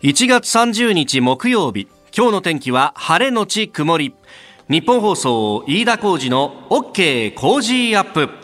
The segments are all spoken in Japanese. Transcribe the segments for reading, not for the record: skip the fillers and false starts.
1月30日木曜日、今日の天気は晴れのち曇り。日本放送飯田浩司の OK 工事アップ。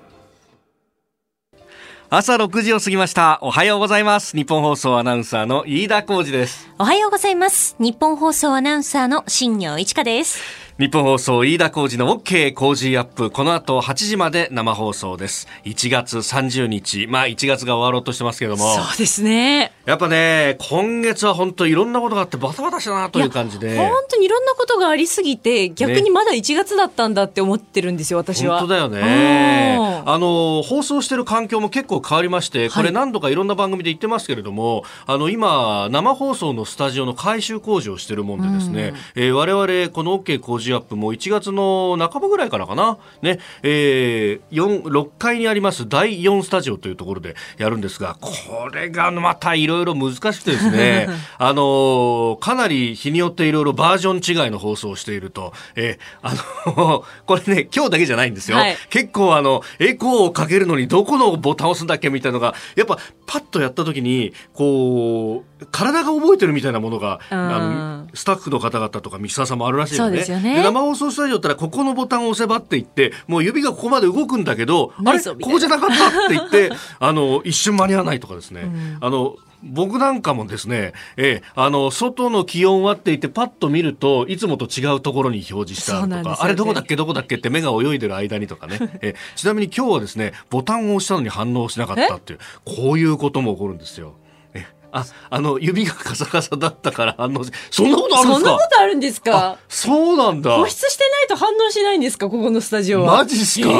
朝6時を過ぎました。おはようございます。日本放送アナウンサーの飯田浩司です。 おはようございます。日本放送アナウンサーの新業一華です。 日本放送飯田浩司の OK 工事アップ、この後8時まで生放送です。1月30日、1月が終わろうとしてますけども、 そうですね。 やっぱね、今月は本当いろんなことがあってバタバタしたなという感じで、 本当にいろんなことがありすぎて、逆にまだ1月だったんだって思ってるんですよ、私は。 本当だよね。放送してる環境も結構変わりまして、これ何度かいろんな番組で言ってますけれども、今生放送のスタジオの改修工事をしてるもんでですね、我々この OK 工事アップも1月の半ばぐらいからかな、ね、6階にあります第4スタジオというところでやるんですが、これがまたいろいろ難しくてですねかなり日によっていろいろバージョン違いの放送をしていると、これね、今日だけじゃないんですよ、はい、結構エコーをかけるのにどこのボタンを押すんだっけみたいなのがやっぱパッとやった時にこう体が覚えてるみたいなものがスタッフの方々とかミキサーさんもあるらしいよね。 そうですよね。 で、生放送スタジオだったらここのボタンを押せばって言ってもう指がここまで動くんだけど、あれここじゃなかったって言って一瞬間に合わないとかですね、僕なんかもですね、外の気温はって言ってパッと見るといつもと違うところに表示したとか、あれどこだっけって目が泳いでる間にとかねちなみに今日はですね、ボタンを押したのに反応しなかったっていう、こういうことも起こるんですよ。指がカサカサだったから反応し、そんなことあるんですか？ そんなことあるんですか？ そうなんだ。 保湿してないと反応しないんですか、ここのスタジオは。 マジっすか？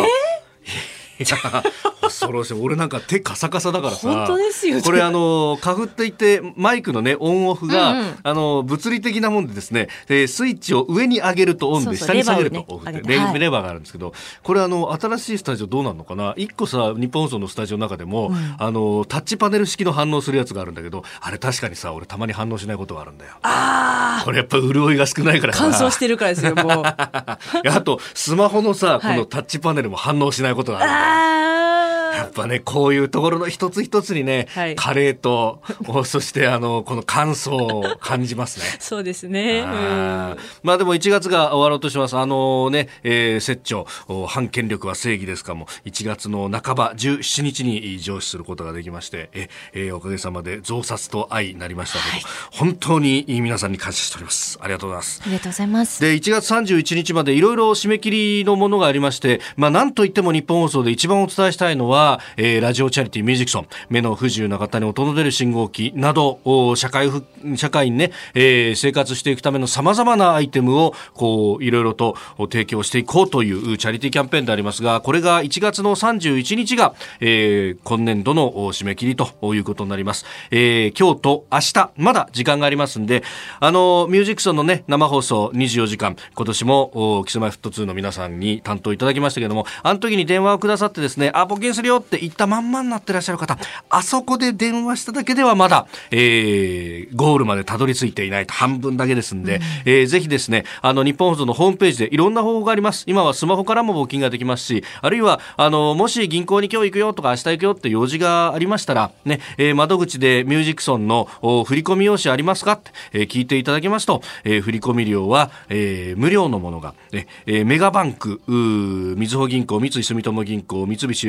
恐ろしい。俺なんか手カサカサだからさ。 本当ですよ。 これカフっていってマイクのねオンオフが、物理的なもんでですね、スイッチを上に上げるとオンで、下に下げるとオフってレバーがあるんですけど、これ新しいスタジオどうなるのかな。一個さ、日本放送のスタジオの中でも、タッチパネル式の反応するやつがあるんだけど、あれ確かにさ、俺たまに反応しないことがあるんだよ。これやっぱ潤いが少ないから乾燥してるからですよ、もう。 あとスマホのさ、このタッチパネルも反応しないことがあるんだよ。やっぱね、こういうところの一つ一つにね、加齢とそしてこの乾燥を感じますね。 そうですね。 でも1月が終わろうとします。摂長反権力は正義ですかも1月の半ば17日に上司することができまして、おかげさまで増刷と愛になりましたので、本当に皆さんに感謝しております。ありがとうございます。 ありがとうございます。 で、1月31日までいろいろ締め切りのものがありまして、なんといっても日本放送で一番お伝えしたいのは、ラジオチャリティーミュージックソン、目の不自由な方に音の出る信号機など社会にね、生活していくための様々なアイテムをこういろいろと提供していこうというチャリティーキャンペーンでありますが、これが1月の31日が、今年度の締め切りということになります。今日と明日まだ時間がありますんで、ミュージックソンのね生放送24時間、今年もKｉｓ-Ｍｙ-Ｆｔ2の皆さんに担当いただきましたけれども、あの時に電話をくださってですね、募金するよって言ったまんまになってらっしゃる方、あそこで電話しただけではまだ、ゴールまでたどり着いていないと、半分だけですんで、ぜひですね、日本放送のホームページでいろんな方法があります。今はスマホからも募金ができますし、あるいはもし銀行に今日行くよとか明日行くよって用事がありましたらね、窓口でミュージックソンの振込用紙ありますかって、聞いていただきますと、振込料は、無料のものが、メガバンク、みずほ銀行、三井住友銀行、三菱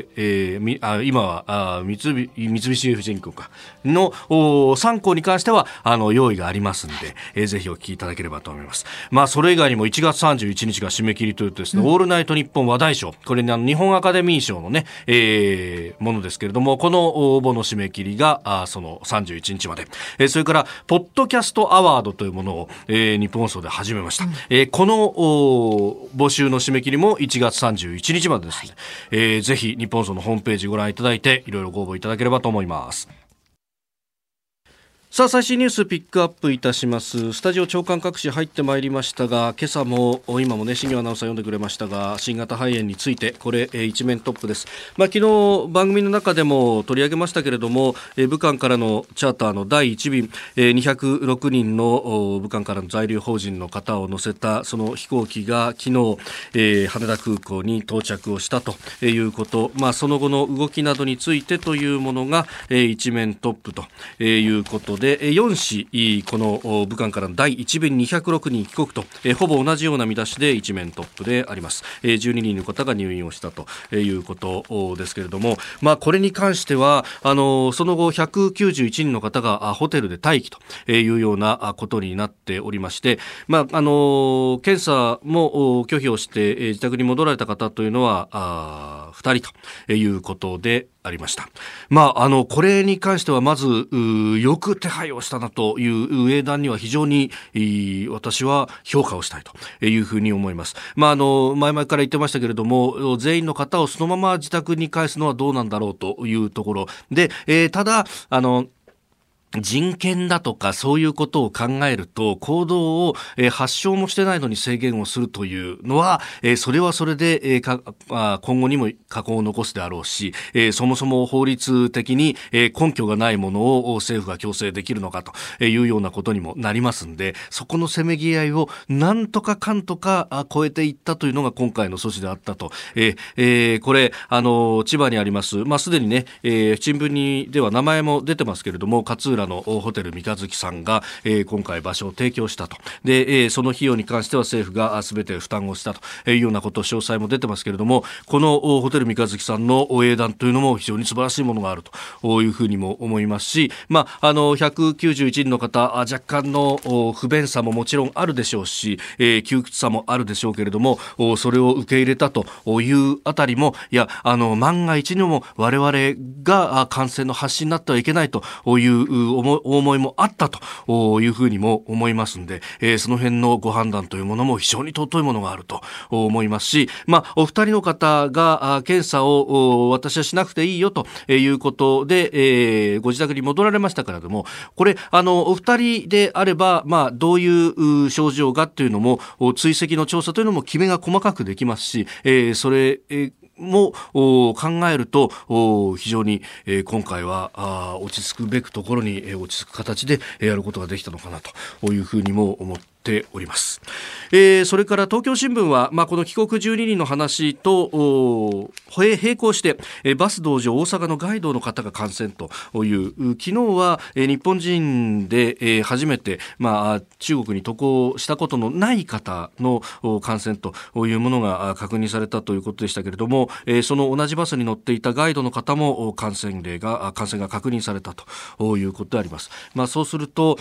UFJ、今は三菱 UFJ 銀行かの3行に関しては用意がありますので、ぜひお聞きいただければと思います。それ以外にも1月31日が締め切りというとですね、オールナイトニッポン話題賞、これに日本アカデミー賞のね、ものですけれども、この応募の締め切りがその31日まで、それからポッドキャストアワードというものを、日本放送で始めました。この募集の締め切りも1月31日までですね、ぜひ日本放送のホームページご覧いただいていろいろご応募いただければと思います。さあ、最新ニュースピックアップいたします。スタジオ長官各紙入ってまいりましたが、今朝も今もね新業アナウンサー読んでくれましたが、新型肺炎についてこれ、一面トップです。昨日番組の中でも取り上げましたけれども、武漢からのチャーターの第1便、206人の武漢からの在留邦人の方を乗せたその飛行機が昨日、羽田空港に到着をしたということ、その後の動きなどについてというものが、一面トップということで、 で4市この武漢からの第1便206人帰国と、ほぼ同じような見出しで一面トップであります。12人の方が入院をしたということですけれども、これに関してはその後191人の方がホテルで待機というようなことになっておりまして、検査も拒否をして自宅に戻られた方というのは2人ということでありました。これに関してはまずよく手配をしたなという英断には非常に私は評価をしたいというふうに思います。前々から言ってましたけれども、全員の方をそのまま自宅に帰すのはどうなんだろうというところで、ただ人権だとかそういうことを考えると行動を発症もしてないのに制限をするというのはそれはそれで今後にも禍根を残すであろうし、そもそも法律的に根拠がないものを政府が強制できるのかというようなことにもなりますんで、そこのせめぎ合いをなんとかかんとか超えていったというのが今回の措置であったと。これ千葉にあります、すでにね、新聞にでは名前も出てますけれども、勝浦のホテル三日月さんが、今回場所を提供したと。で、その費用に関しては政府が全て負担をしたというようなこと、詳細も出てますけれども、このホテル三日月さんの英断というのも非常に素晴らしいものがあるというふうにも思いますし、191人の方若干の不便さももちろんあるでしょうし、窮屈さもあるでしょうけれども、それを受け入れたというあたりも、万が一にも我々が感染の発信になってはいけないという思いもあったというふうにも思いますので、その辺のご判断というものも非常に尊いものがあると思いますし、お二人の方が検査を私はしなくていいよということで、ご自宅に戻られましたからでも、これお二人であれば、どういう症状がというのも追跡の調査というのもきめが細かくできますし、それも考えると非常に今回は落ち着くべくところに落ち着く形でやることができたのかなというふうにも思っております。それから東京新聞は、この帰国12人の話と並行してバス同乗大阪のガイドの方が感染という、昨日は日本人で初めて、中国に渡航したことのない方の感染というものが確認されたということでしたけれども、その同じバスに乗っていたガイドの方も感染が確認されたということであります。そうすると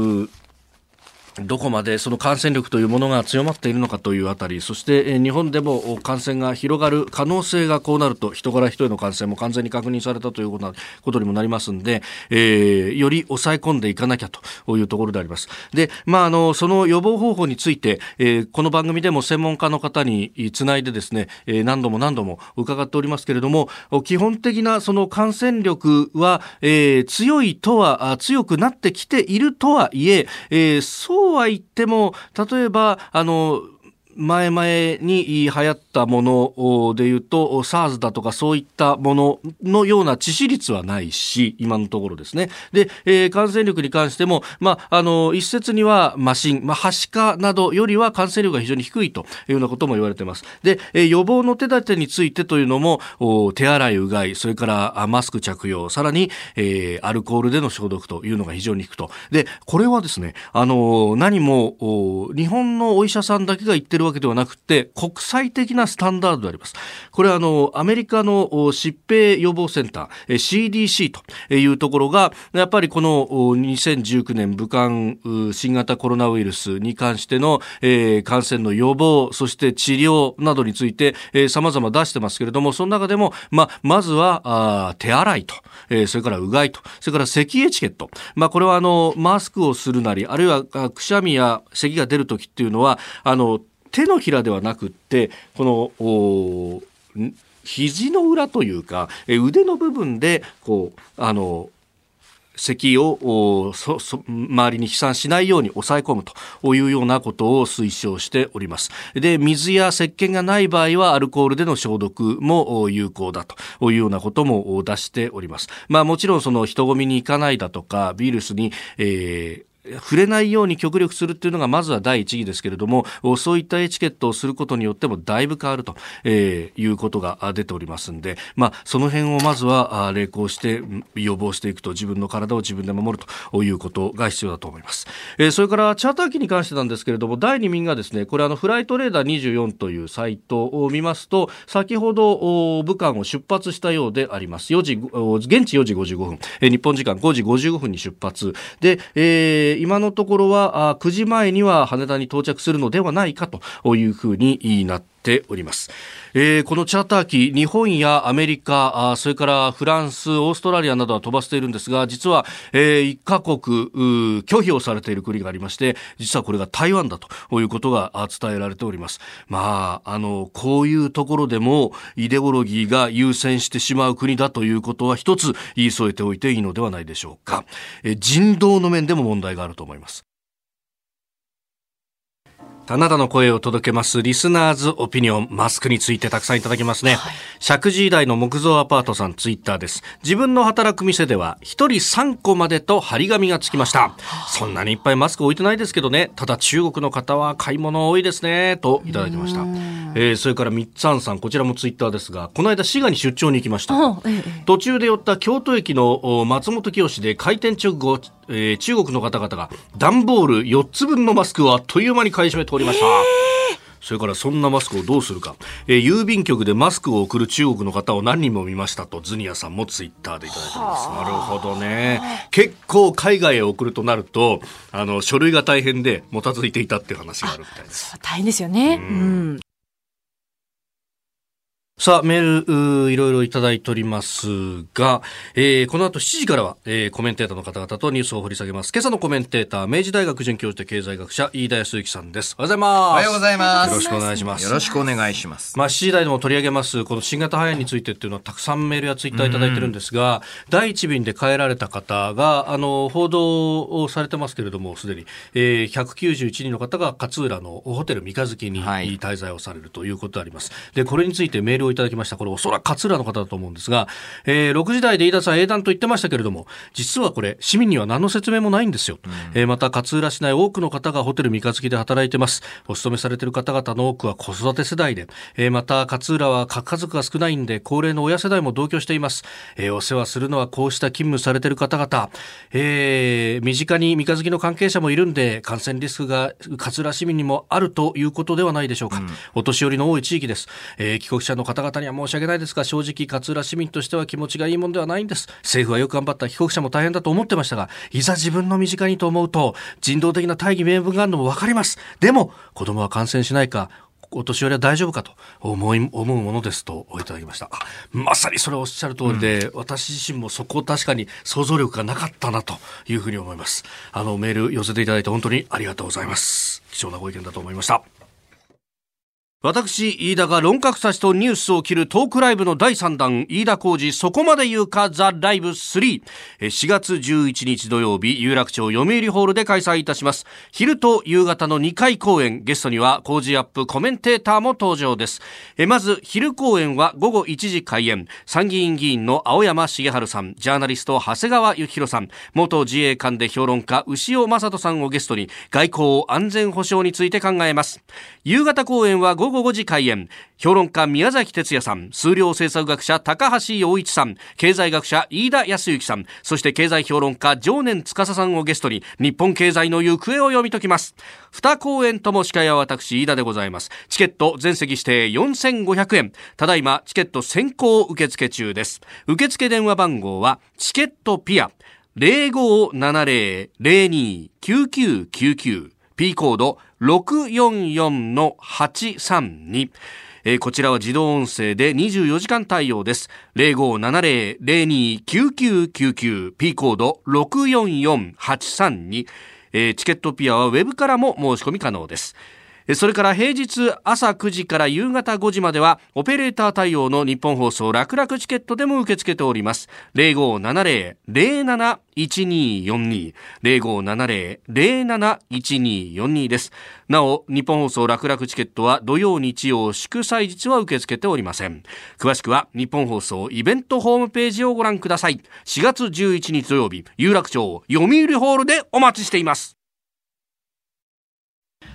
どこまでその感染力というものが強まっているのかというあたり、そして日本でも感染が広がる可能性がこうなると、人から人への感染も完全に確認されたということにもなりますので、より抑え込んでいかなきゃというところであります。で、その予防方法について、この番組でも専門家の方につないでですね、何度も伺っておりますけれども、基本的なその感染力は、強くなってきているとはいえ、そうは言っても、例えば前々に流行ったものでいうと SARS だとかそういったもののような致死率はないし、今のところですね。で、感染力に関しても、一説にははしかなどよりは感染力が非常に低いというようなことも言われています。で、予防の手立てについてというのも、手洗いうがい、それからマスク着用、さらに、アルコールでの消毒というのが非常に低くと。で、これはですね、何も日本のお医者さんだけが言ってるわけではなくて、国際的なスタンダードであります。これはアメリカの疾病予防センター CDC というところが、やっぱりこの2019年武漢新型コロナウイルスに関しての感染の予防、そして治療などについて様々出してますけれども、その中でもまずは手洗いと、それからうがいと、それから咳エチケット、これはマスクをするなり、あるいはくしゃみや咳が出るときっていうのは手のひらではなくって、この肘の裏というか腕の部分で咳を周りに飛散しないように抑え込むというようなことを推奨しております。で、水や石鹸がない場合はアルコールでの消毒も有効だというようなことも出しております。もちろんその人混みに行かないだとかウイルスに触れないように極力するっていうのがまずは第一義ですけれども、そういったエチケットをすることによってもだいぶ変わると、いうことが出ておりますんで、その辺をまずは励行して予防していくと、自分の体を自分で守るということが必要だと思います。それからチャーター機に関してなんですけれども、第2便がですね、これフライトレーダー24というサイトを見ますと、先ほど武漢を出発したようであります。現地4時55分、日本時間5時55分に出発で、今のところは9時前には羽田に到着するのではないかというふうになっております。このチャーター機、日本やアメリカ、それからフランス、オーストラリアなどは飛ばしているんですが、実は、1カ国拒否をされている国がありまして、実はこれが台湾だということが伝えられております。こういうところでもイデオロギーが優先してしまう国だということは一つ言い添えておいていいのではないでしょうか。人道の面でも問題があると思います。あなたの声を届けますリスナーズオピニオン。マスクについてたくさんいただきますね。石神井台の木造アパートさん、ツイッターです。自分の働く店では1人3個までと張り紙がつきました。そんなにいっぱいマスク置いてないですけどね。ただ中国の方は買い物多いですねといただきました。それからみっつんさん、こちらもツイッターですが、この間滋賀に出張に行きました。途中で寄った京都駅の松本清で開店直後、中国の方々が段ボール4つ分のマスクをあっという間に買い占めておりました。それからそんなマスクをどうするか、郵便局でマスクを送る中国の方を何人も見ましたとズニアさんもツイッターでいただいています。なるほどね。結構海外へ送るとなると書類が大変でもたついていたっていう話があるみたいです。 大変ですよね。 さあ、メールいろいろいただいておりますが、この後7時からは、コメンテーターの方々とニュースを掘り下げます。今朝のコメンテーター、明治大学准教授で経済学者飯田康之さんです。おはようございます。 おはようございます。 よろしくお願いします。 よろしくお願いします。 7時台でも取り上げますこの新型肺炎についてっていうのはたくさんメールやツイッターいただいてるんですが、第一便で帰られた方が報道をされてますけれども、すでに、191人の方が勝浦のホテル三日月に滞在をされるということであります。で、これについてメールをいただきました。これおそらく勝浦の方だと思うんですが、6時台で飯田さん英断と言ってましたけれども、実はこれ市民には何の説明もないんですよ。また勝浦市内多くの方がホテル三日月で働いてます。お勤めされている方々の多くは子育て世代で、また勝浦は核家族が少ないんで高齢の親世代も同居しています。お世話するのはこうした勤務されている方々、身近に三日月の関係者もいるんで感染リスクが勝浦市民にもあるということではないでしょうか。お年寄りの多い地域です。帰国者の方々には申し訳ないですが、正直勝浦市民としては気持ちがいいものではないんです。政府はよく頑張った、帰国者も大変だと思ってましたが、いざ自分の身近にと思うと人道的な大義名分があるのも分かります。でも子供は感染しないか、お年寄りは大丈夫かと思うものですといただきました。まさにそれをおっしゃる通りで、私自身もそこを確かに想像力がなかったなというふうに思います。メール寄せていただいて本当にありがとうございます。貴重なご意見だと思いました。私飯田が論客たちとニュースを切るトークライブの第3弾、飯田浩司そこまで言うかザ・ライブ3、4月11日土曜日有楽町読売ホールで開催いたします。昼と夕方の2回公演、ゲストには浩司アップコメンテーターも登場です。まず昼公演は午後1時開演、参議院議員の青山茂春さん、ジャーナリスト長谷川幸宏さん、元自衛官で評論家牛尾正人さんをゲストに外交安全保障について考えます。夕方公演は午後5時開演、評論家宮崎哲也さん、数量政策学者高橋洋一さん、経済学者飯田康之さん、そして経済評論家常年司さんをゲストに日本経済の行方を読み解きます。2公演とも司会は私飯田でございます。チケット全席指定4500円、ただいまチケット先行受付中です。受付電話番号はチケットピア 0570-02-9999、P コード644-832、こちらは自動音声で24時間対応です。 0570-02-9999、 P コード644-832、チケットピアはウェブからも申し込み可能です。それから平日朝9時から夕方5時まではオペレーター対応の日本放送楽々チケットでも受け付けております。 0570-071242、 0570-071242 です。なお日本放送楽々チケットは土曜日曜祝祭日は受け付けておりません。詳しくは日本放送イベントホームページをご覧ください。4月11日土曜日有楽町読売ホールでお待ちしています。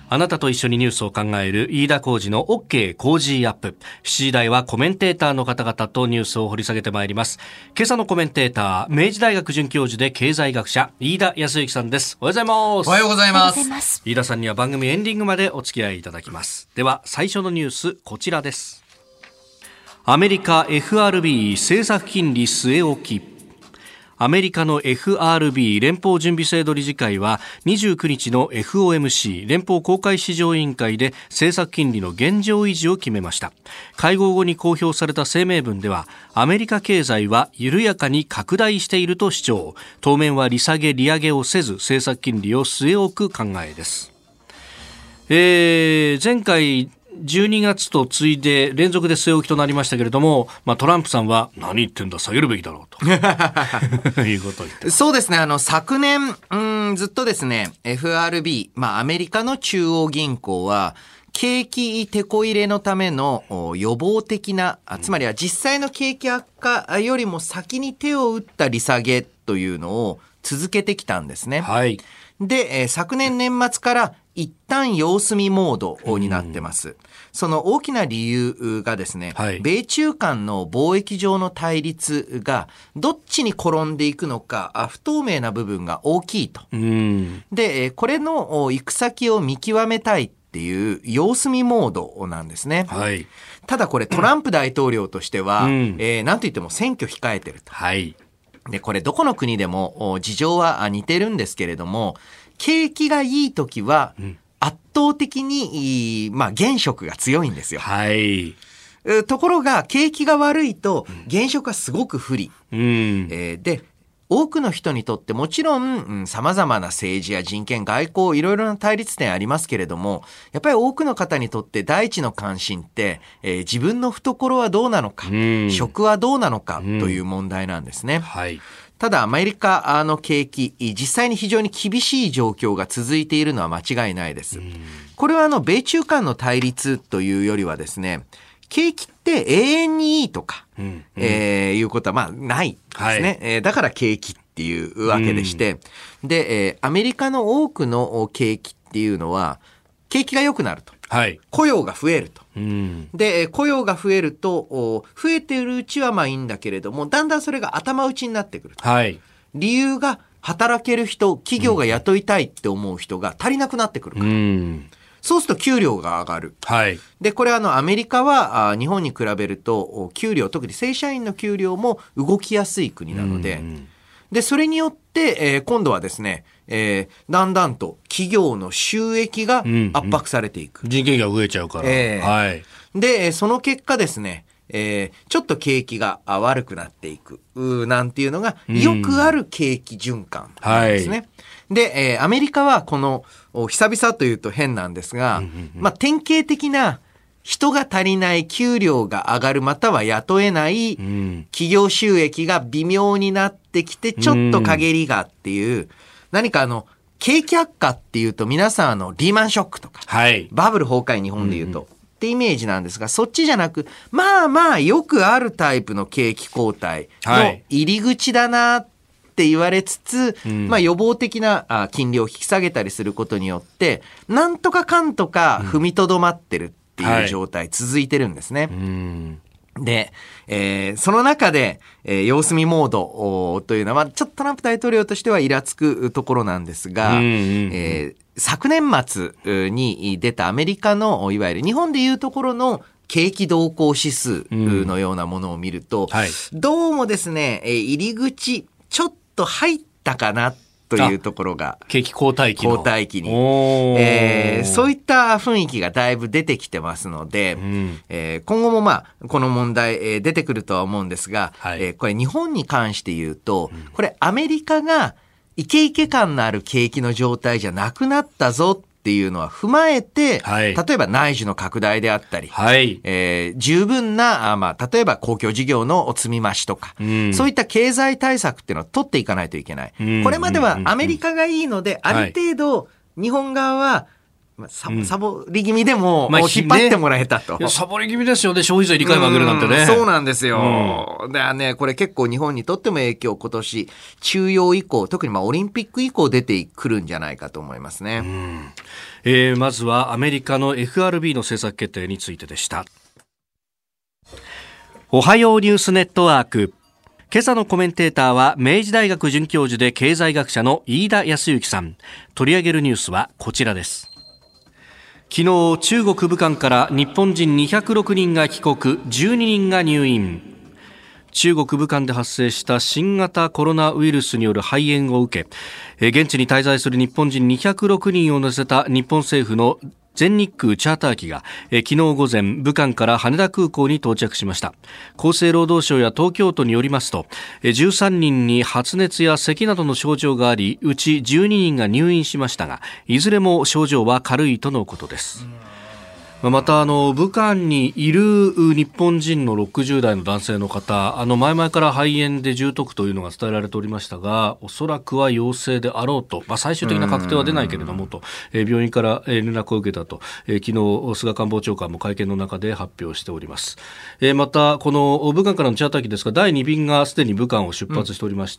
あなたと一緒にニュースを考える飯田浩司の OK 工事アップ。7時台はコメンテーターの方々とニュースを掘り下げてまいります。今朝のコメンテーター、明治大学准教授で経済学者、飯田康之さんです。おはようございます。 おはようございます。 飯田さんには番組エンディングまでお付き合いいただきます。では最初のニュース、こちらです。アメリカ FRB 政策金利据え置き。アメリカの FRB 連邦準備制度理事会は29日の FOMC 連邦公開市場委員会で政策金利の現状維持を決めました。会合後に公表された声明文では、アメリカ経済は緩やかに拡大していると主張。当面は利下げ利上げをせず政策金利を据え置く考えです。前回12月と次いで連続で据え置きとなりましたけれども、トランプさんは何言ってんだ下げるべきだろうということを言って。 そうですね。昨年ずっとですね FRB、アメリカの中央銀行は景気てこ入れのための予防的な、つまりは実際の景気悪化よりも先に手を打った利下げというのを続けてきたんですね。 はい。 で、昨年年末から一旦様子見モードになってます。その大きな理由がですね、 はい、 米中間の貿易上の対立がどっちに転んでいくのか不透明な部分が大きいと。で、これの行く先を見極めたいっていう様子見モードなんですね。 はい、 ただこれトランプ大統領としては、なんといっても選挙控えてると。 はい。 で、これどこの国でも事情は似てるんですけれども、景気がいい時は圧倒的に、現職が強いんですよ。 はい。 ところが景気が悪いと現職がすごく不利。で、多くの人にとってもちろん様々な政治や人権、外交、いろいろな対立点ありますけれども、やっぱり多くの方にとって第一の関心って、自分の懐はどうなのか、職はどうなのかという問題なんですね。 はい。 ただアメリカの景気、実際に非常に厳しい状況が続いているのは間違いないです。これは米中間の対立というよりはですね、景気って永遠にいいとか、いうことはないですね。はい、だから景気っていうわけでして、で、アメリカの多くの景気っていうのは景気が良くなると。 はい、 雇用が増えると。で、雇用が増えると、増えているうちはいいんだけれども、だんだんそれが頭打ちになってくると。 はい、 理由が働ける人、企業が雇いたいって思う人が足りなくなってくるから。そうすると給料が上がる。 はい。 で、これアメリカは日本に比べると給料、特に正社員の給料も動きやすい国なので、で、それによって、今度はですね、だんだんと企業の収益が圧迫されていく。 人件費が増えちゃうから。はい。 で、その結果ですね、ちょっと景気が悪くなっていくなんていうのがよくある景気循環なんですね。はい、で、アメリカはこの久々というと変なんですが、典型的な人が足りない、給料が上がる、または雇えない企業収益が微妙になってきてちょっと陰りがっていう、何か景気悪化っていうと皆さんリーマンショックとか、 はい、 バブル崩壊日本でいうと、ってイメージなんですが、そっちじゃなく、よくあるタイプの景気後退の入り口だなって言われつつ、予防的な金利を引き下げたりすることによって、なんとかかんとか踏みとどまってるっていう状態続いてるんですね。で、その中で、様子見モードというのは、ちょっとトランプ大統領としてはイラつくところなんですが、昨年末に出たアメリカのいわゆる日本でいうところの景気動向指数のようなものを見ると、どうもですね、入り口ちょっと入ったかなというところが景気後退期に、そういった雰囲気がだいぶ出てきてますので、今後もこの問題、出てくるとは思うんですが、これ日本に関して言うと、これアメリカがイケイケ感のある景気の状態じゃなくなったぞっていうのは踏まえて、例えば内需の拡大であったり、十分な、例えば公共事業の積み増しとか、そういった経済対策っていうのを取っていかないといけない。これまではアメリカがいいので、ある程度日本側はサボり気味でも、 まあ引っ張ってもらえたと。 いやサボり気味ですよね、消費税理解も上げるなんてね。 そうなんですよ。だからね、これ結構日本にとっても影響、今年、中央以降、特にオリンピック以降出てくるんじゃないかと思いますね。 まずはアメリカの FRB の政策決定についてでした。おはようニュースネットワーク。今朝のコメンテーターは明治大学准教授で経済学者の飯田康之さん。取り上げるニュースはこちらです。昨日、中国武漢から日本人206人が帰国、12人が入院。中国武漢で発生した新型コロナウイルスによる肺炎を受け、現地に滞在する日本人206人を乗せた日本政府の全日空チャーター機が昨日午前武漢から羽田空港に到着しました。厚生労働省や東京都によりますと、13人に発熱や咳などの症状があり、うち12人が入院しましたが、いずれも症状は軽いとのことです。また武漢にいる日本人の60代の男性の方、前々から肺炎で重篤というのが伝えられておりましたが、おそらくは陽性であろうと、最終的な確定は出ないけれどもと、病院から連絡を受けたと、昨日菅官房長官も会見の中で発表しております。またこの武漢からのチャーター機ですが、第2便がすでに武漢を出発しておりまして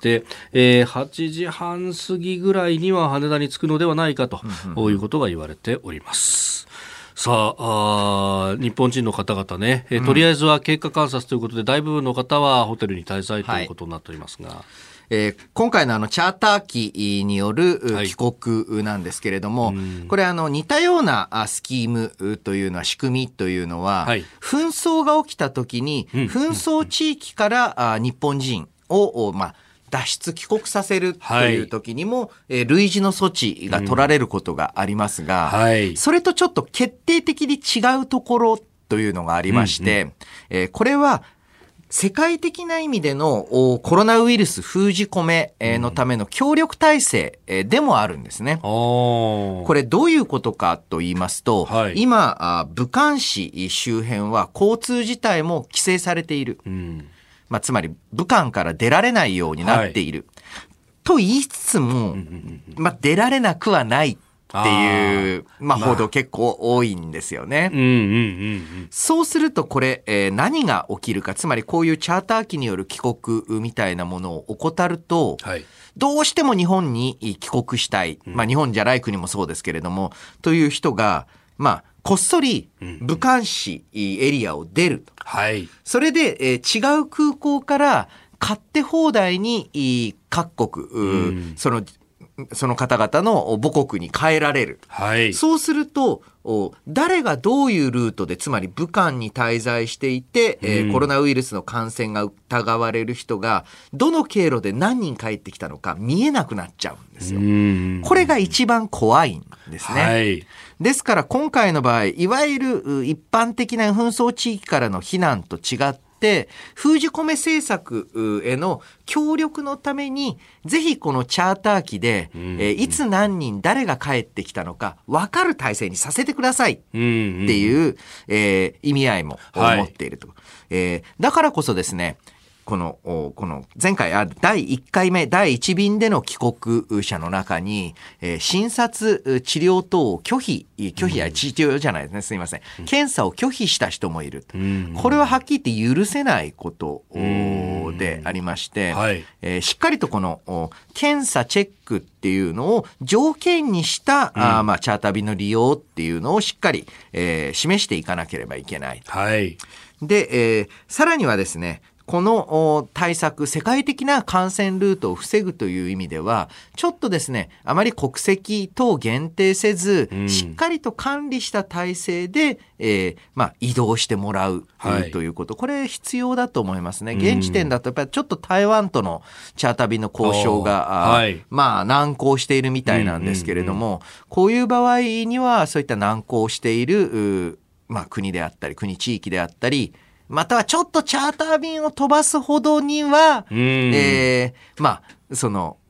、8時半過ぎぐらいには羽田に着くのではないかということが言われております。さあ、日本人の方々ね、とりあえずは経過観察ということで、大部分の方はホテルに滞在ということになっておりますが、 今回のチャーター機による帰国なんですけれども、これ似たようなスキームというのは、仕組みというのは、紛争が起きた時に、紛争地域から日本人を、脱出帰国させるという時にも、類似の措置が取られることがありますが、それとちょっと決定的に違うところというのがありまして、これは世界的な意味でのコロナウイルス封じ込めのための協力体制でもあるんですね。これどういうことかと言いますと、今武漢市周辺は交通自体も規制されている。つまり武漢から出られないようになっている、と言いつつも、出られなくはないっていう、報道結構多いんですよね。そうするとこれ、何が起きるか、つまりこういうチャーター機による帰国みたいなものを怠ると、どうしても日本に帰国したい、日本じゃない国もそうですけれども、という人が、こっそり武漢市エリアを出ると。それで、違う空港から勝手放題に各国、その方々の母国に帰られる。そうすると、誰がどういうルートで、つまり武漢に滞在していて、コロナウイルスの感染が疑われる人がどの経路で何人帰ってきたのか見えなくなっちゃうんですよ。これが一番怖いんですね。ですから今回の場合、いわゆる一般的な紛争地域からの避難と違って、封じ込め政策への協力のために、ぜひこのチャーター機で、いつ何人誰が帰ってきたのか分かる体制にさせてくださいっていう、意味合いも持っていると。だからこそですね、この前回第1回目第1便での帰国者の中に、診察治療等を拒否や治療じゃないですね、すいません、検査を拒否した人もいると。これははっきり言って許せないことでありまして、しっかりとこの検査チェックっていうのを条件にした、チャーター便の利用っていうのをしっかり、示していかなければいけない。で、さらにはですね、この対策、世界的な感染ルートを防ぐという意味では、ちょっとですね、あまり国籍等限定せず、しっかりと管理した体制で、移動してもらうということ、これ必要だと思いますね。現時点だとやっぱりちょっと台湾とのチャーター便の交渉が、難航しているみたいなんですけれども、こういう場合にはそういった難航している、国であったり、国地域であったり、またはちょっとチャーター便を飛ばすほどには、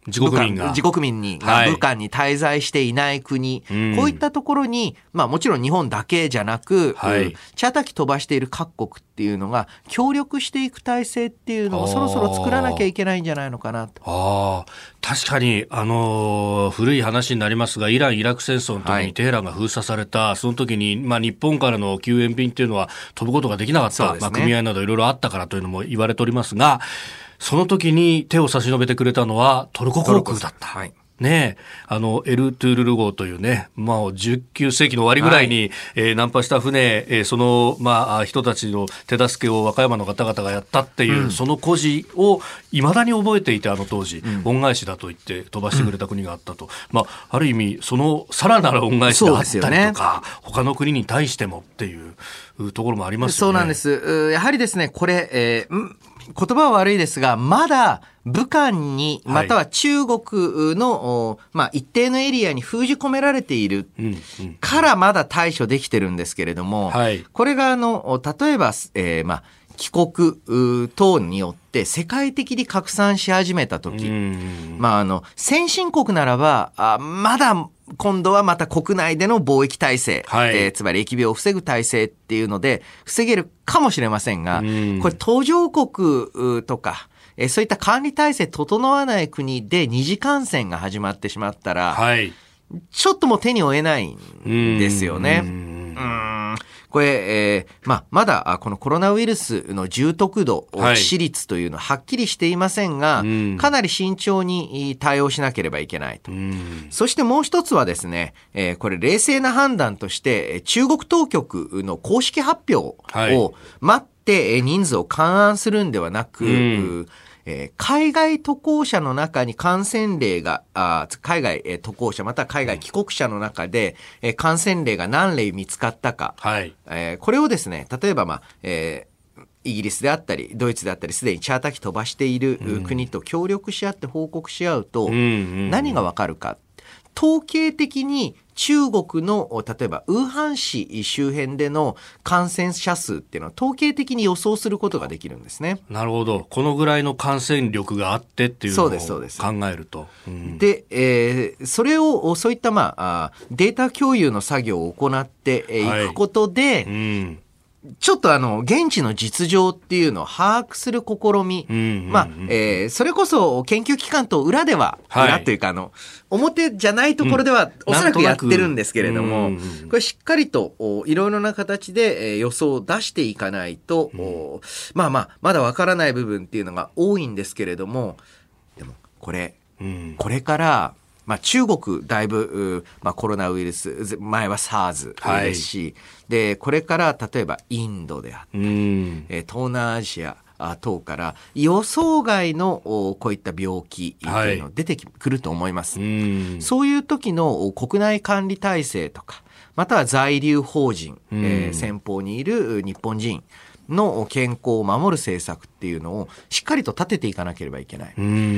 自国民が武漢に滞在していない国、こういったところに、もちろん日本だけじゃなく、チャーター機飛ばしている各国っていうのが協力していく体制っていうのをそろそろ作らなきゃいけないんじゃないのかなと。 確かに古い話になりますが、イラン・イラク戦争の時にテヘランが封鎖された、その時に、日本からの救援便っていうのは飛ぶことができなかった、組合などいろいろあったからというのも言われておりますが、その時に手を差し伸べてくれたのはトルコ航空だった。ねえ、エルトゥールル号というね、19世紀の終わりぐらいに、難破した船、その、人たちの手助けを和歌山の方々がやったっていう、その故事を未だに覚えていて、当時、恩返しだと言って飛ばしてくれた国があったと。ある意味、そのさらなる恩返しがあったりとか、他の国に対してもっていうところもありますよね。 そうなんです。やはりですね、これ、言葉は悪いですが、まだ武漢に、または中国の、一定のエリアに封じ込められているからまだ対処できてるんですけれども、これが例えば、帰国等によって世界的に拡散し始めたとき、先進国ならば、まだ今度はまた国内での貿易体制、つまり疫病を防ぐ体制っていうので防げるかもしれませんが、これ途上国とか、そういった管理体制整わない国で二次感染が始まってしまったら、ちょっともう手に負えないんですよね。これ、まだこのコロナウイルスの重篤度、致死率というのははっきりしていませんが、かなり慎重に対応しなければいけないと。そしてもう一つはですね、これ冷静な判断として中国当局の公式発表を待って人数を勘案するんではなく、海外渡航者の中に感染例が、海外渡航者または海外帰国者の中で、感染例が何例見つかったか、これをですね、例えばイギリスであったりドイツであったりすでにチャーター機飛ばしている国と協力し合って報告し合うと、何がわかるか。統計的に中国の例えばウーハン市周辺での感染者数っていうのは統計的に予想することができるんですね。 なるほど。このぐらいの感染力があってっていうのを考えると。 で、それをそういったデータ共有の作業を行っていくことで、ちょっと現地の実情っていうのを把握する試み。それこそ研究機関と裏では、裏というか表じゃないところではおそらくやってるんですけれども、これしっかりといろいろな形で予想を出していかないと、まだわからない部分っていうのが多いんですけれども、でもこれから、中国だいぶ、コロナウイルス前は SARS ですし、でこれから例えばインドであったり、東南アジア等から予想外のこういった病気というの出てくると思います。そういう時の国内管理体制とか、または在留邦人、先方にいる日本人の健康を守る政策っていうのをしっかりと立てていかなければいけない。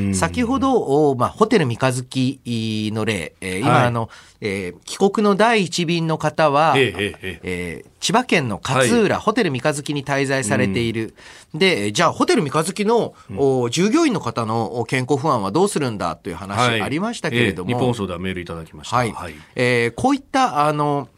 先ほど、ホテル三日月の例、今帰国の第一便の方は、千葉県の勝浦、ホテル三日月に滞在されている。で、じゃあホテル三日月の、従業員の方の健康不安はどうするんだという話ありましたけれども、 日本放送ではメールいただきました。 こういった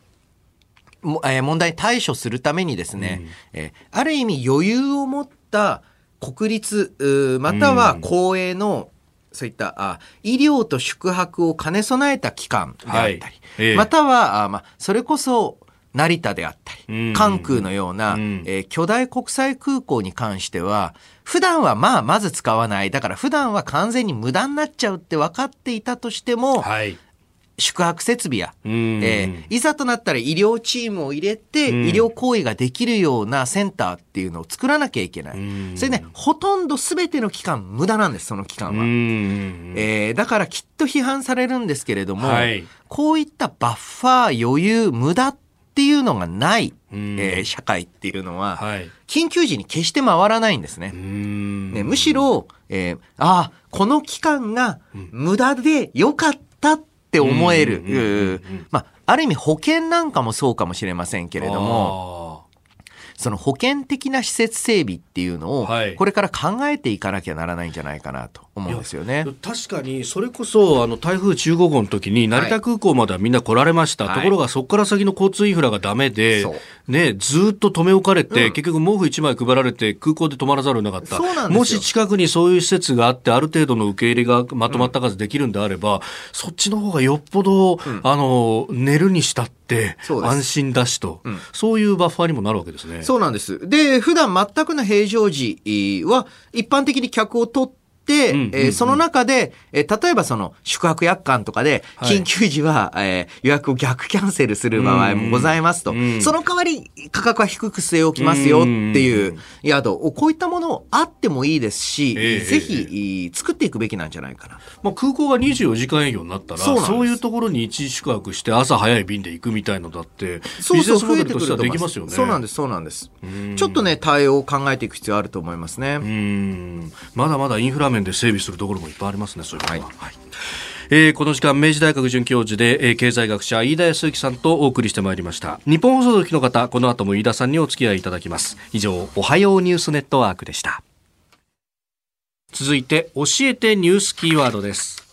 問題に対処するためにですね、ある意味余裕を持った国立または公営のそういった医療と宿泊を兼ね備えた機関であったり、またはそれこそ成田であったり関空のような巨大国際空港に関しては普段はまず使わない、だから普段は完全に無駄になっちゃうって分かっていたとしても、宿泊設備や、いざとなったら医療チームを入れて、医療行為ができるようなセンターっていうのを作らなきゃいけない。それね、ほとんど全ての期間無駄なんです、その期間は。だからきっと批判されるんですけれども、こういったバッファー、余裕、無駄っていうのがない、社会っていうのは、緊急時に決して回らないんですね。むしろ、この期間が無駄で良かったって思える。ある意味保険なんかもそうかもしれませんけれども、その保険的な施設整備っていうのをこれから考えていかなきゃならないんじゃないかなと思うんですよね。 確かにそれこそ台風15号の時に成田空港まではみんな来られました、ところがそこから先の交通インフラがダメで、ね、ずっと留め置かれて、結局毛布1枚配られて空港で泊まらざるを得なかった。もし近くにそういう施設があってある程度の受け入れがまとまった数できるんであれば、そっちの方がよっぽど、寝るにしたって安心だしと、そういうバッファーにもなるわけですね。 そうなんです。で、普段全くの平常時は一般的に客を取って、その中で、例えばその宿泊約款とかで緊急時は、予約を逆キャンセルする場合もございますと、その代わり価格は低く据え置きますよっていう宿を、こういったものあってもいいですし、ぜひ作っていくべきなんじゃないかな。 まあ、空港が24時間営業になったらそういうところに一時宿泊して朝早い便で行くみたいのだってビジネスモデルとしてはできますよね。 そうなんですそうなんです。ちょっとね対応を考えていく必要あると思いますね。 まだまだインフラ面で整備するところもいっぱいありますね。そういうのは、この時間明治大学准教授で、経済学者飯田康之さんとお送りしてまいりました。日本放送局の方、この後も飯田さんにお付き合いいただきます。以上、おはようニュースネットワークでした。続いて教えてニュースキーワードです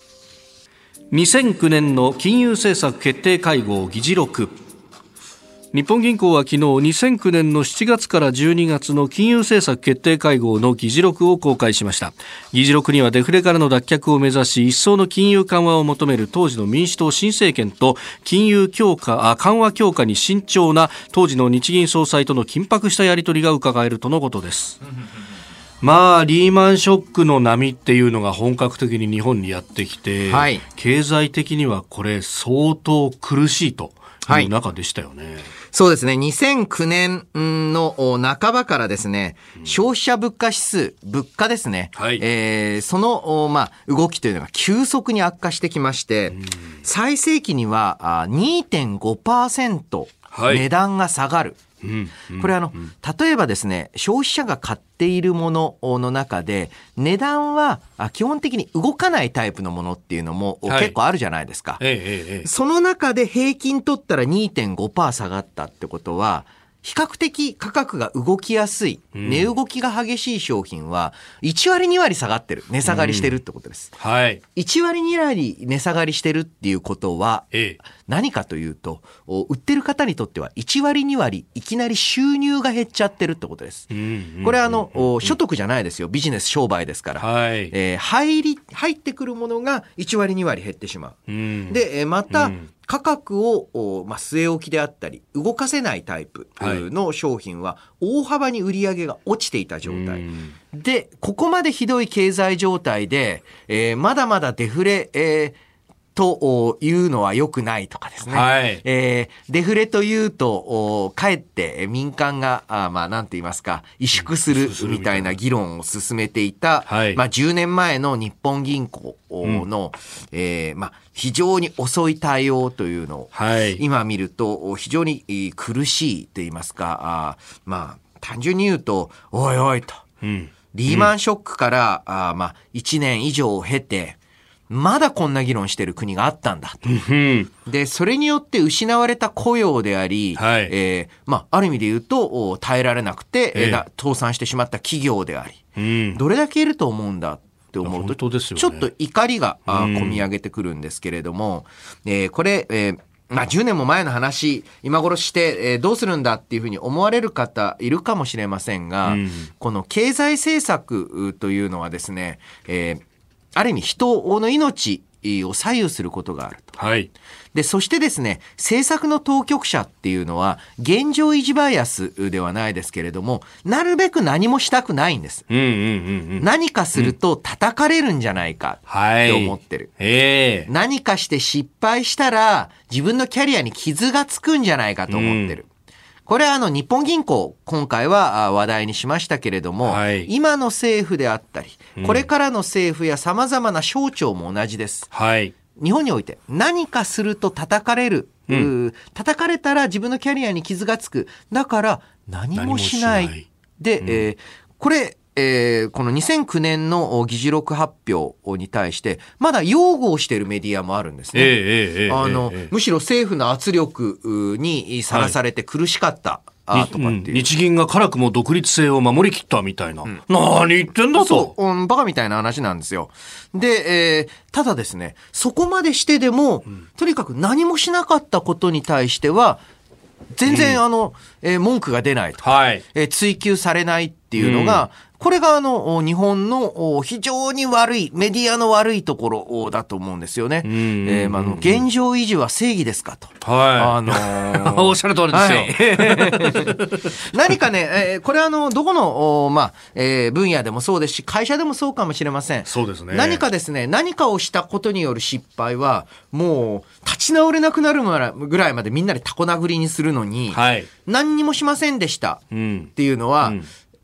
。2009年の金融政策決定会合議事録。日本銀行は昨日2009年の7月から12月の金融政策決定会合の議事録を公開しました。議事録にはデフレからの脱却を目指し一層の金融緩和を求める当時の民主党新政権と金融緩和強化に慎重な当時の日銀総裁との緊迫したやり取りが伺えるとのことです。まあリーマンショックの波っていうのが本格的に日本にやってきて、経済的にはこれ相当苦しいという中でしたよね。 そうですね。2009年の半ばからですね、消費者物価指数、物価ですね。その、動きというのが急速に悪化してきまして、最盛期には 2.5% 値段が下がる。これ例えばですね、消費者が買っているものの中で値段は基本的に動かないタイプのものっていうのも結構あるじゃないですか。その中で平均取ったら 2.5% 下がったってことは、比較的価格が動きやすい、値動きが激しい商品は1割2割下がってる、値下がりしてるってことです。1割2割値下がりしてるっていうことは何かというと、売ってる方にとっては1割2割いきなり収入が減っちゃってるってことです。これは所得じゃないですよ。ビジネス商売ですから、入ってくるものが1割2割減ってしまう。でまた価格を、据え置きであったり動かせないタイプの商品は大幅に売り上げが落ちていた状態で、ここまでひどい経済状態で、まだまだデフレ、というのは良くないとかですね。デフレというとかえって民間がなんて言いますか萎縮するみたいな議論を進めていた、10年前の日本銀行の、非常に遅い対応というのを、今見ると非常に苦しいと言いますか、単純に言うとおいおいと、リーマンショックから1年以上を経てまだこんな議論してる国があったんだと。で、それによって失われた雇用であり、ある意味で言うと耐えられなくて、倒産してしまった企業であり、どれだけいると思うんだって思うと、ちょっと怒りが込み上げてくるんですけれども、これ、10年も前の話今頃して、どうするんだっていうふうに思われる方いるかもしれませんが、この経済政策というのはですね、ある意味人の命を左右することがあると。で、そしてですね、政策の当局者っていうのは現状維持バイアスではないですけれども、なるべく何もしたくないんです。何かすると叩かれるんじゃないかって思ってる。何かして失敗したら自分のキャリアに傷がつくんじゃないかと思ってる。これは日本銀行今回は話題にしましたけれども、今の政府であったりこれからの政府や様々な省庁も同じです。日本において何かすると叩かれる、叩かれたら自分のキャリアに傷がつく、だから何もしないで、これこの2009年の議事録発表に対してまだ擁護をしているメディアもあるんですね。むしろ政府の圧力にさらされて苦しかったとかっていう。 日銀が辛くも独立性を守りきったみたいな。何言ってんだと。 そう、バカみたいな話なんですよ。で、ただですね、そこまでしてでも、とにかく何もしなかったことに対しては、全然文句が出ないと。 はい。 追及されないっていうのが、これが日本の非常に悪い、メディアの悪いところだと思うんですよね。現状維持は正義ですかと。 はい。おっしゃる通りですよ。 何かね、これはどこの、分野でもそうですし、会社でもそうかもしれません。 そうですね。 何かですね、何かをしたことによる失敗は、もう、立ち直れなくなるぐらいまでみんなでタコ殴りにするのに、はい、何にもしませんでしたっていうのは、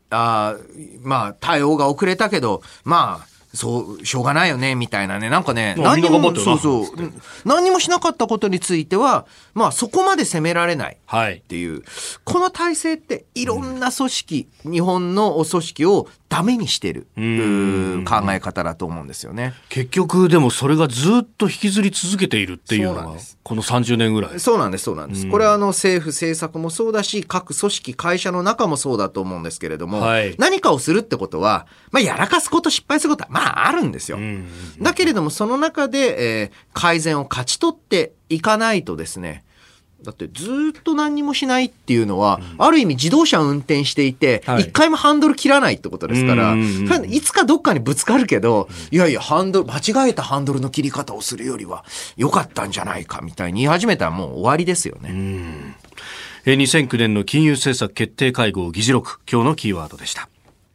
対応が遅れたけど、そう、しょうがないよね、みたいなね。なんかね、何にもしなかったことについては、そこまで責められないっていう、この体制っていろんな組織、日本の組織をダメにしてる考え方だと思うんですよね。 結局、でもそれがずっと引きずり続けているっていうのが、この30年ぐらい。 そうなんです。これは政府政策もそうだし、各組織、会社の中もそうだと思うんですけれども、何かをするってことは、やらかすこと、失敗することは、あるんですよ。だけれども、その中で、改善を勝ち取っていかないとですね、だってずっと何にもしないっていうのは、ある意味自動車を運転していて、一回もハンドル切らないってことですから、いつかどっかにぶつかるけど、いやいや、間違えたハンドルの切り方をするよりは良かったんじゃないかみたいに言い始めたらもう終わりですよね。 2009年の金融政策決定会合議事録、今日のキーワードでした。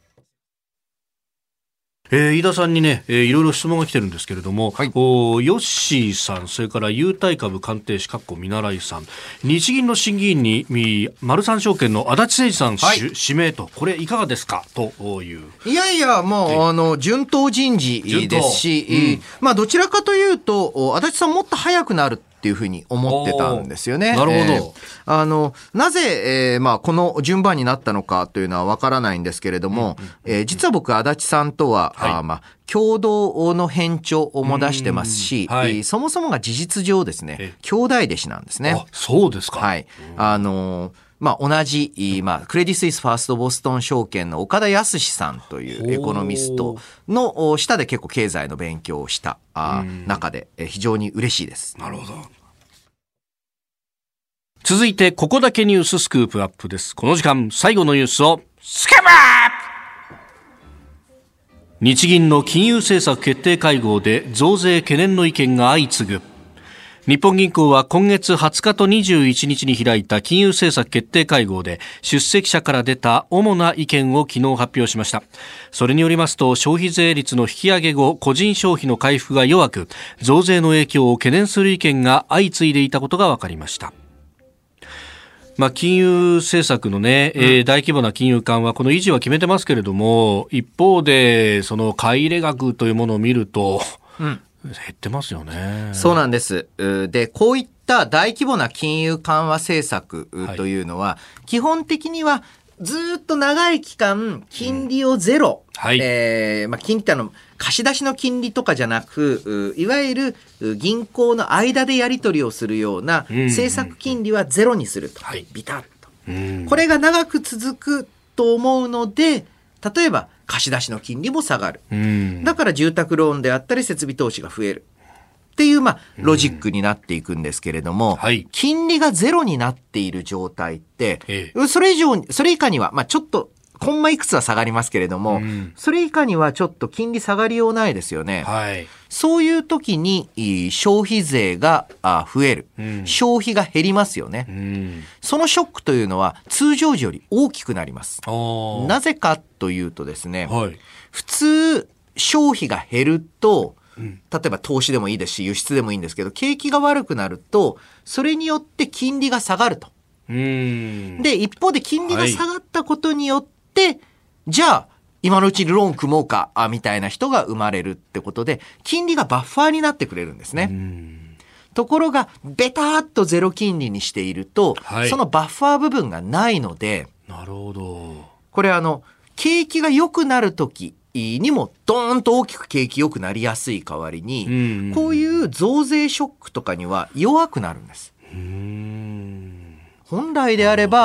飯田さんにね、いろいろ質問が来てるんですけれども、ヨッシーさん、それから優待株鑑定士見習いさん、日銀の審議員に丸三証券の足立誠二さん、指名と、これいかがですかという。 いやいや、もう順当人事ですし、どちらかというと足立さんもっと早くなるっていうふうに思ってたんですよね。 なるほど。なぜ、この順番になったのかというのはわからないんですけれども、実は僕、足立さんとは、共同の偏重も出してますし、そもそもが事実上ですね、兄弟弟子なんですね。 そうですか。 はい。同じ、クレディ・スイスファーストボストン証券の岡田康さんというエコノミストの下で結構経済の勉強をした中で非常に嬉しいです。 なるほど。続いてここだけニューススクープアップです。この時間最後のニュースをスクープアップ。日銀の金融政策決定会合で増税懸念の意見が相次ぐ。日本銀行は今月20日と21日に開いた金融政策決定会合で出席者から出た主な意見を昨日発表しました。それによりますと、消費税率の引き上げ後、個人消費の回復が弱く、増税の影響を懸念する意見が相次いでいたことが分かりました。金融政策のね、大規模な金融緩和、この維持は決めてますけれども、一方でその買い入れ額というものを見ると、減ってますよね。 そうなんです。で、こういった大規模な金融緩和政策というのは、基本的にはずっと長い期間、金利をゼロ。金利って貸し出しの金利とかじゃなく、いわゆる銀行の間でやり取りをするような政策金利はゼロにすると。ビタッと。これが長く続くと思うので、例えば貸し出しの金利も下がる。だから住宅ローンであったり設備投資が増える。っていう、ロジックになっていくんですけれども、金利がゼロになっている状態って、それ以下には、ちょっと、コンマいくつは下がりますけれども、それ以下にはちょっと金利下がりようないですよね。そういう時に消費税が増える、消費が減りますよね。そのショックというのは通常時より大きくなります。なぜかというとですね、普通消費が減ると、例えば投資でもいいですし輸出でもいいんですけど、景気が悪くなるとそれによって金利が下がると。で、一方で金利が下がったことによって、じゃあ今のうちにローン組もうかみたいな人が生まれるってことで、金利がバッファーになってくれるんですね。ところがベターっとゼロ金利にしていると、そのバッファー部分がないので、 なるほど。 これ景気が良くなる時にもドーンと大きく景気良くなりやすい代わりに、こういう増税ショックとかには弱くなるんです。本来であれば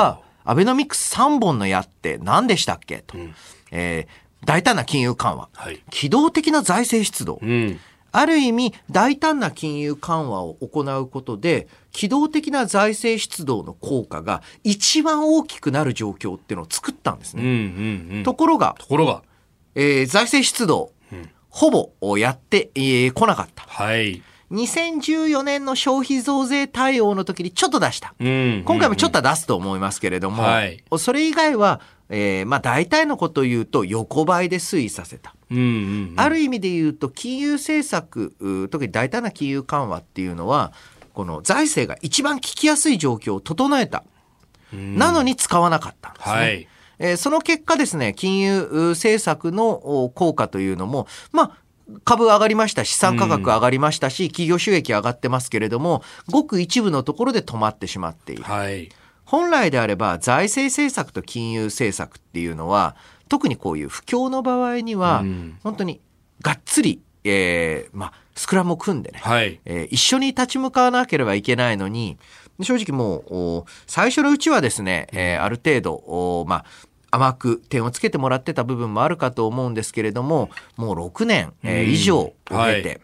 アベノミクス3本の矢って何でしたっけと、大胆な金融緩和、はい、機動的な財政出動、ある意味大胆な金融緩和を行うことで機動的な財政出動の効果が一番大きくなる状況っていうのを作ったんですね。ところが、財政出動、ほぼやってこなかった。はい。2014年の消費増税対応の時にちょっと出した。今回もちょっと出すと思いますけれども、はい、それ以外は、大体のことを言うと横ばいで推移させた。ある意味で言うと金融政策、特に大胆な金融緩和っていうのはこの財政が一番効きやすい状況を整えた。なのに使わなかったんですね。はい、その結果ですね、金融政策の効果というのも、株上がりました、資産価格上がりましたし、企業収益上がってますけれども、ごく一部のところで止まってしまっている。はい、本来であれば財政政策と金融政策っていうのは、特にこういう不況の場合には、本当にがっつり、スクラムを組んでね、はい、一緒に立ち向かわなければいけないのに、正直もう最初のうちはですね、ある程度甘く点をつけてもらってた部分もあるかと思うんですけれども、もう6年以上を経て、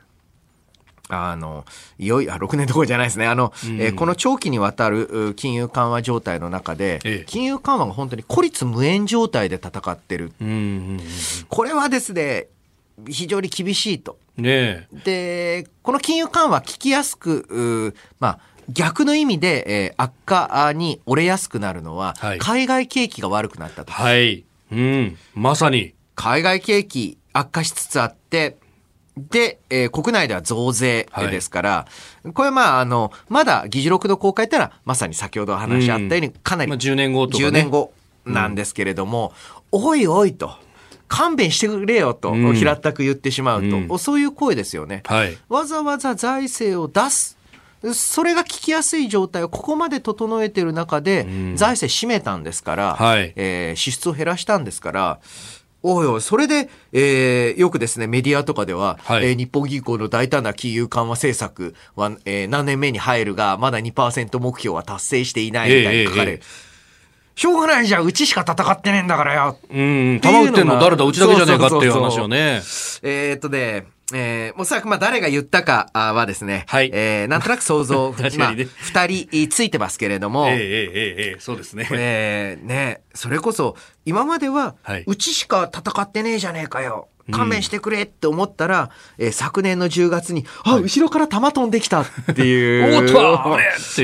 いよいよ6年どころじゃないですね。この長期にわたる金融緩和状態の中で、金融緩和が本当に孤立無援状態で戦ってる。これはですね、非常に厳しいと。で、この金融緩和効きやすく、逆の意味で、悪化に折れやすくなるのは、海外景気が悪くなったと。はい。 まさに。 海外景気悪化しつつあって、で、国内では増税ですから、これはまだ議事録の公開ってのは、まさに先ほど話し合ったように、かなり、 10年後とか、ね。10 年後なんですけれども、おいおいと。勘弁してくれよと、平たく言ってしまうと、そういう声ですよね。はい、わざわざ財政を出す。それが効きやすい状態をここまで整えている中で、財政締めたんですから、支出を減らしたんですから、おいおい、それで、よくですね、メディアとかでは、日本銀行の大胆な金融緩和政策は、何年目に入るが、まだ 2% 目標は達成していないみたいに書かれる。しょうがないじゃん、うちしか戦ってねえんだからよ。 球打ってんの誰だ、うちだけじゃねえかっていう話よね。 おそらく誰が言ったかはですね、はい、なんとなく想像、二人ついてますけれども、 そうですね。 それこそ、今までは、うちしか戦ってねえじゃねえかよ。勘弁してくれって思ったら、昨年の10月に、後ろから弾飛んできたっていう、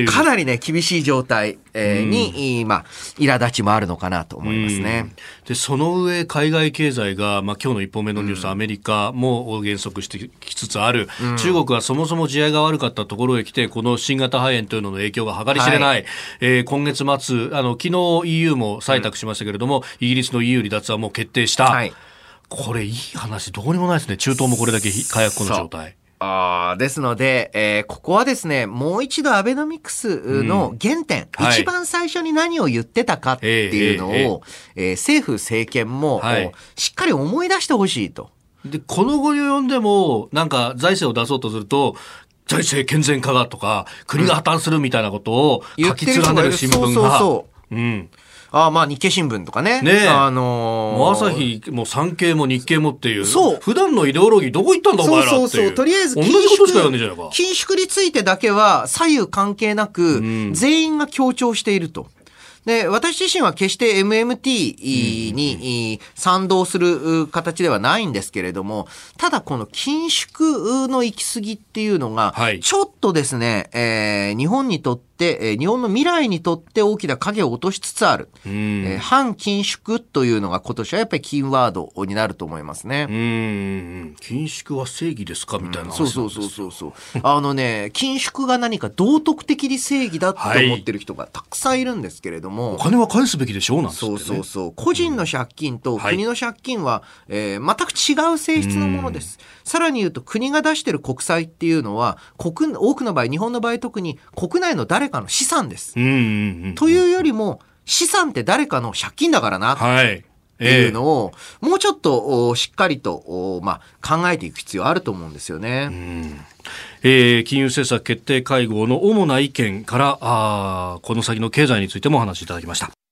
かなりね、厳しい状態、に、苛立ちもあるのかなと思いますね。 で、その上、海外経済が、今日の一本目のニュース、アメリカも減速してきつつある。中国はそもそも地合いが悪かったところへ来て、この新型肺炎というのの影響が計り知れない。今月末、昨日 EU も採択しましたけれども、イギリスの EU 離脱はもう決定した。これいい話どうにもないですね。中東もこれだけ火薬庫の状態。 ですので、ここはですね、もう一度アベノミクスの原点、一番最初に何を言ってたかっていうのを、政府政権も、しっかり思い出してほしいと。 で、この後に及んでも、なんか財政を出そうとすると、財政健全化がとか、国が破綻するみたいなことを書き連ねる新聞が。 日経新聞とかね。 朝日も産経も日経もっていう。そう。普段のイデオロギーどこ行ったんだお前らっていう。 とりあえず同じことしかやんねえじゃないか。 緊縮についてだけは左右関係なく、全員が強調していると。で、私自身は決して MMT に賛同する形ではないんですけれども、ただこの緊縮の行き過ぎっていうのが、ちょっとですね、日本にとって、日本の未来にとって大きな影を落としつつある。反緊縮というのが今年はやっぱりキーワードになると思いますね。 緊縮は正義ですかみたいな話なんですよ。 そう。緊縮が何か道徳的に正義だと思ってる人がたくさんいるんですけれども、 お金は返すべきでしょうなんですね。 そう。個人の借金と国の借金は、全く違う性質のものです。さらに言うと国が出している国債っていうのは多くの場合、日本の場合特に国内の誰かの資産です。というよりも資産って誰かの借金だからなっていうのをもうちょっとしっかりと考えていく必要あると思うんですよね。 金融政策決定会合の主な意見からこの先の経済についてもお話しいただきました。